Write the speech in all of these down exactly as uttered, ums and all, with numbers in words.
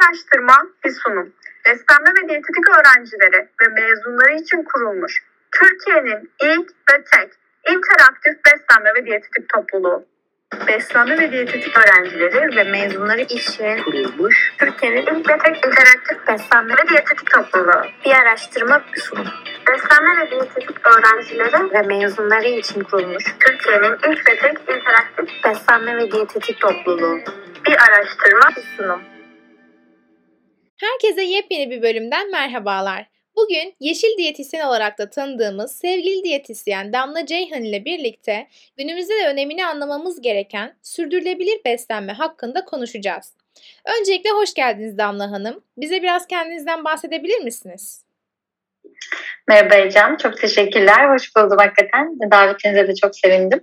araştırma, bir sunum. Beslenme ve diyetetik öğrencileri ve mezunları için kurulmuş Türkiye'nin ilk ve tek interaktif beslenme ve diyetetik topluluğu. Beslenme ve diyetetik öğrencileri ve mezunları için kurulmuş Türkiye'nin ilk ve tek interaktif beslenme ve diyetetik topluluğu. Bir araştırma, bir sunum. Beslenme ve diyetetik öğrencileri ve mezunları için kurulmuş Türkiye'nin ilk ve tek interaktif beslenme ve diyetetik topluluğu. Bir araştırma, bir sunum. Herkese yepyeni bir bölümden merhabalar. Bugün yeşil diyetisyen olarak da tanıdığımız sevgili diyetisyen Damla Ceyhan ile birlikte günümüzde de önemini anlamamız gereken sürdürülebilir beslenme hakkında konuşacağız. Öncelikle hoş geldiniz Damla Hanım. Bize biraz kendinizden bahsedebilir misiniz? Merhaba Ecem, çok teşekkürler. Hoş buldum hakikaten. Davetinize de çok sevindim.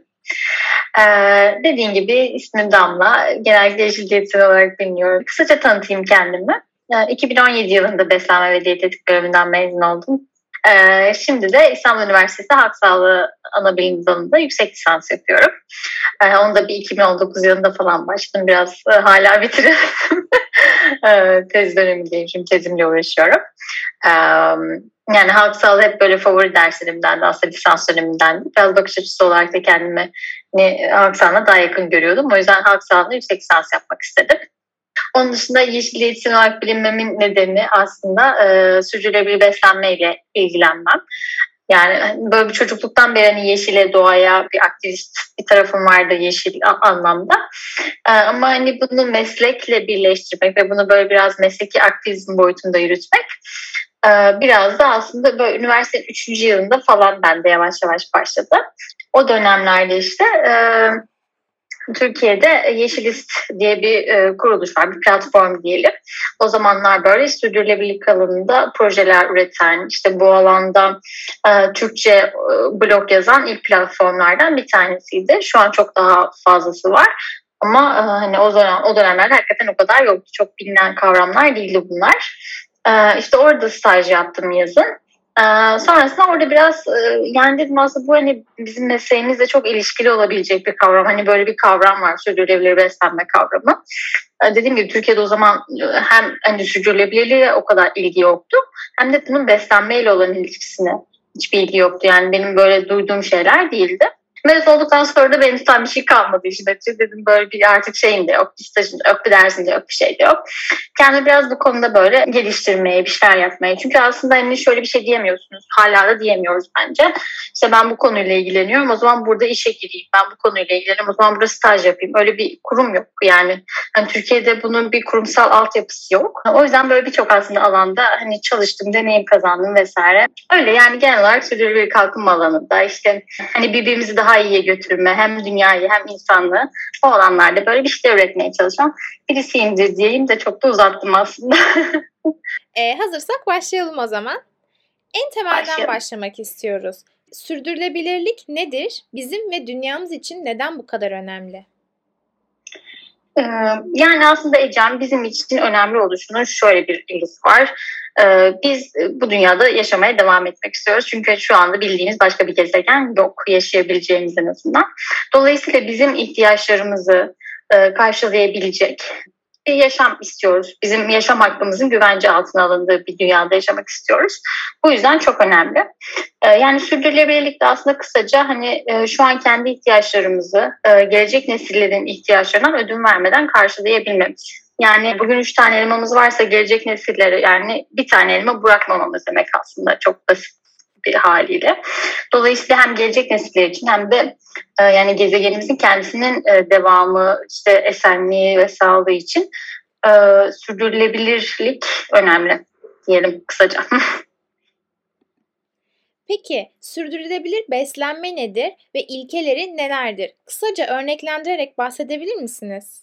Ee, dediğin gibi ismim Damla. Genellikle yeşil diyetisyen olarak biliniyorum. Kısaca tanıtayım kendimi. iki bin on yedi yılında beslenme ve diyetetik bölümünden mezun oldum. Ee, şimdi de İstanbul Üniversitesi Halk Sağlığı Anabilim Dalı'nda yüksek lisans yapıyorum. Ee, onu da bir iki bin on dokuz yılında falan başladım. Biraz e, hala bitiremedim. e, tez dönemindeyim, şimdi tezimle uğraşıyorum. Ee, yani halk sağlığı hep böyle favori derslerimden de aslında lisans döneminden de. Biraz bakış açısı olarak da kendimi hani, halk sağlığına daha yakın görüyordum. O yüzden halk sağlığında yüksek lisans yapmak istedim. Onun dışında yeşil diyetisyen olarak bilinmemin nedeni aslında e, sürdürülebilir beslenmeyle ilgilenmem. Yani böyle bir çocukluktan beri hani yeşile, doğaya bir aktivist bir tarafım vardı yeşil anlamda. E, ama hani bunu meslekle birleştirmek ve bunu böyle biraz mesleki aktivizm boyutunda yürütmek e, biraz da aslında böyle üniversitenin üçüncü yılında falan bende yavaş yavaş başladı. O dönemlerde işte E, Türkiye'de Yeşilist diye bir e, kuruluş var, bir platform diyelim. O zamanlar böyle sürdürülebilirlik alanında projeler üreten, işte bu alanda e, Türkçe e, blog yazan ilk platformlardan bir tanesiydi. Şu an çok daha fazlası var. Ama e, hani o dönem o dönemlerde hakikaten o kadar yoktu. Çok bilinen kavramlar değildi bunlar. E, işte orada staj yaptım yazın. Ee, sonrasında orada biraz e, yani dedim aslında bu hani bizim mesleğimizle çok ilişkili olabilecek bir kavram. Hani böyle bir kavram var, sürdürülebilir beslenme kavramı. Ee, dediğim gibi Türkiye'de o zaman hem hani sürdürülebilirliğe o kadar ilgi yoktu, hem de bunun beslenmeyle olan ilişkisine hiçbir ilgi yoktu. Yani benim böyle duyduğum şeyler değildi. Mezun olduktan sonra da benim tutan bir şey kalmadı işte. Dedim böyle bir artık şeyim de yok, bir stajım da yok, bir dersim de yok, bir şey de yok. Kendimi biraz bu konuda böyle geliştirmeye, bir şeyler yapmaya. Çünkü aslında hani şöyle bir şey diyemiyorsunuz. Hala da diyemiyoruz bence. İşte ben bu konuyla ilgileniyorum, o zaman burada işe gireyim. Ben bu konuyla ilgileniyorum, o zaman burada staj yapayım. Öyle bir kurum yok yani. Hani Türkiye'de bunun bir kurumsal altyapısı yok. O yüzden böyle birçok aslında alanda hani çalıştım, deneyim kazandım vesaire. Öyle yani genel olarak sürdürülebilir kalkınma alanında işte hani birbirimizi daha iyiye götürme, hem dünyayı hem insanlığı o alanlarda böyle bir şeyler üretmeye çalışan birisiyimdir diyeyim de çok da uzattım aslında. e, hazırsak başlayalım o zaman. En temelden Başlayalım. başlamak istiyoruz. Sürdürülebilirlik nedir? Bizim ve dünyamız için neden bu kadar önemli? Yani aslında Ecem bizim için önemli oluşunun şöyle bir ilgisi var. Biz bu dünyada yaşamaya devam etmek istiyoruz. Çünkü şu anda bildiğimiz başka bir gezegen yok, yaşayabileceğimiz en azından. Dolayısıyla bizim ihtiyaçlarımızı karşılayabilecek bir yaşam istiyoruz. Bizim yaşam hakkımızın güvence altına alındığı bir dünyada yaşamak istiyoruz. Bu yüzden çok önemli. Yani sürdürülebilirlik de aslında kısaca hani şu an kendi ihtiyaçlarımızı gelecek nesillerin ihtiyaçlarından ödün vermeden karşılayabilmemiz. Yani bugün üç tane elmamız varsa gelecek nesillere yani bir tane elma bırakmamamız demek aslında, çok basit bir haliyle. Dolayısıyla hem gelecek nesiller için hem de e, yani gezegenimizin kendisinin e, devamı, işte esenliği ve sağlığı için e, sürdürülebilirlik önemli diyelim kısaca. Peki sürdürülebilir beslenme nedir ve ilkeleri nelerdir? Kısaca örneklendirerek bahsedebilir misiniz?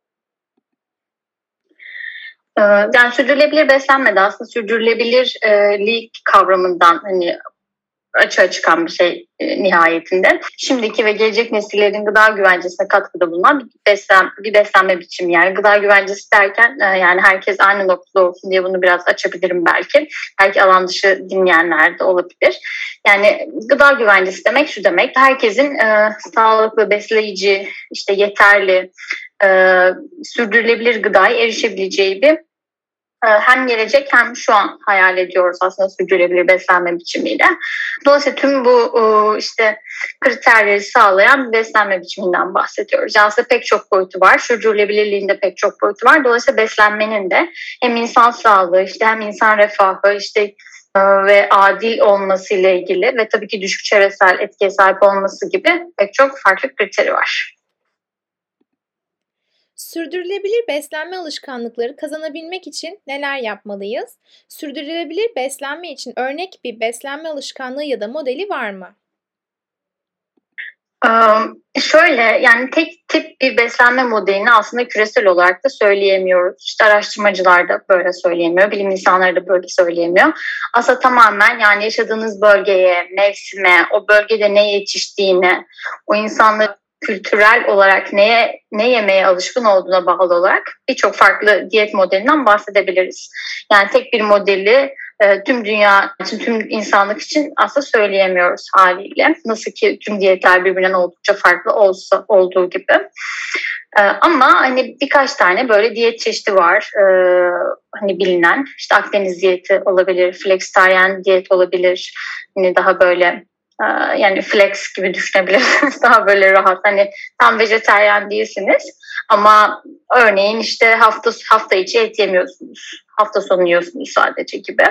Yani sürdürülebilir beslenme de aslında sürdürülebilirlik kavramından hani açığa çıkan bir şey e, nihayetinde. Şimdiki ve gelecek nesillerin gıda güvencesine katkıda bulunan bir, beslen, bir beslenme biçimi. Yani gıda güvencesi derken e, yani herkes aynı noktada olsun diye bunu biraz açabilirim belki. Belki alan dışı dinleyenler de olabilir. Yani gıda güvencesi demek şu demek: herkesin e, sağlıklı, besleyici, işte yeterli, e, sürdürülebilir gıdaya erişebileceği bir hem gelecek hem şu an hayal ediyoruz aslında sürdürülebilir beslenme biçimiyle. Dolayısıyla tüm bu işte kriterleri sağlayan bir beslenme biçiminden bahsediyoruz. Yani aslında pek çok boyutu var. Sürdürülebilirliğin de pek çok boyutu var. Dolayısıyla beslenmenin de hem insan sağlığı, işte hem insan refahı, işte ve adil olması ile ilgili ve tabii ki düşük çevresel etkiye sahip olması gibi pek çok farklı kriteri var. Sürdürülebilir beslenme alışkanlıkları kazanabilmek için neler yapmalıyız? Sürdürülebilir beslenme için örnek bir beslenme alışkanlığı ya da modeli var mı? Ee, şöyle yani tek tip bir beslenme modelini aslında küresel olarak da söyleyemiyoruz. İşte araştırmacılar da böyle söyleyemiyor, bilim insanları da böyle söyleyemiyor. Aslında tamamen yani yaşadığınız bölgeye, mevsime, o bölgede ne yetiştiğine, o insanların kültürel olarak neye ne yemeye alışkın olduğuna bağlı olarak birçok farklı diyet modelinden bahsedebiliriz. Yani tek bir modeli e, tüm dünya için, tüm insanlık için aslında söyleyemiyoruz haliyle. Nasıl ki tüm diyetler birbirinden oldukça farklı olsa olduğu gibi. E, ama hani birkaç tane böyle diyet çeşidi var. E, hani bilinen işte Akdeniz diyeti olabilir, flexitarian diyet olabilir. Hani daha böyle yani flex gibi düşünebilirsiniz. Daha böyle rahat. Hani tam vejetaryen değilsiniz ama örneğin işte hafta hafta içi et yemiyorsunuz. Hafta sonu yiyorsunuz sadece gibi.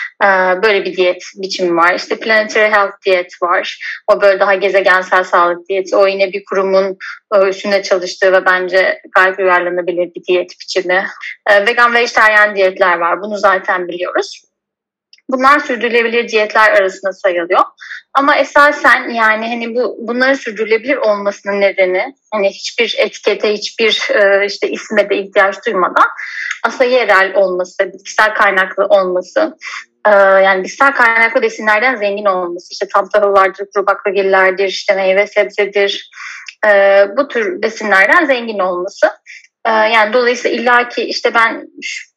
Böyle bir diyet biçimi var. İşte planetary health diyet var. O böyle daha gezegensel sağlık diyeti. O yine bir kurumun üstünde çalıştığı ve bence gayet uyarlanabilir bir diyet biçimi. Vegan vejetaryen diyetler var. Bunu zaten biliyoruz. Bunlar sürdürülebilir diyetler arasında sayılıyor. Ama esasen yani hani bu bunların sürdürülebilir olmasının nedeni hani hiçbir etikete, hiçbir e, işte isme de ihtiyaç duymadan aslında yerel olması, bitkisel kaynaklı olması, e, yani bitkisel kaynaklı besinlerden zengin olması, işte tam tahıllardır, kuru baklagillerdir, işte meyve sebzedir, e, bu tür besinlerden zengin olması. E, yani dolayısıyla illaki işte ben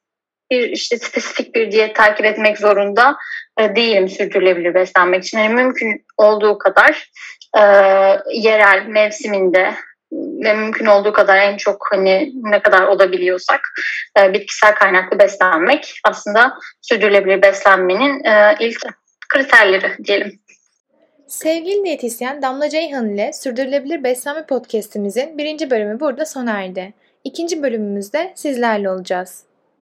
bir işte spesifik bir diyet takip etmek zorunda e, değilim sürdürülebilir beslenmek için. Yani mümkün olduğu kadar e, yerel mevsiminde ve mümkün olduğu kadar en çok hani ne kadar olabiliyorsak e, bitkisel kaynaklı beslenmek aslında sürdürülebilir beslenmenin e, ilk kriterleri diyelim. Sevgili diyetisyen Damla Ceyhan ile Sürdürülebilir Beslenme Podcast'imizin birinci bölümü burada sona erdi. İkinci bölümümüzde sizlerle olacağız.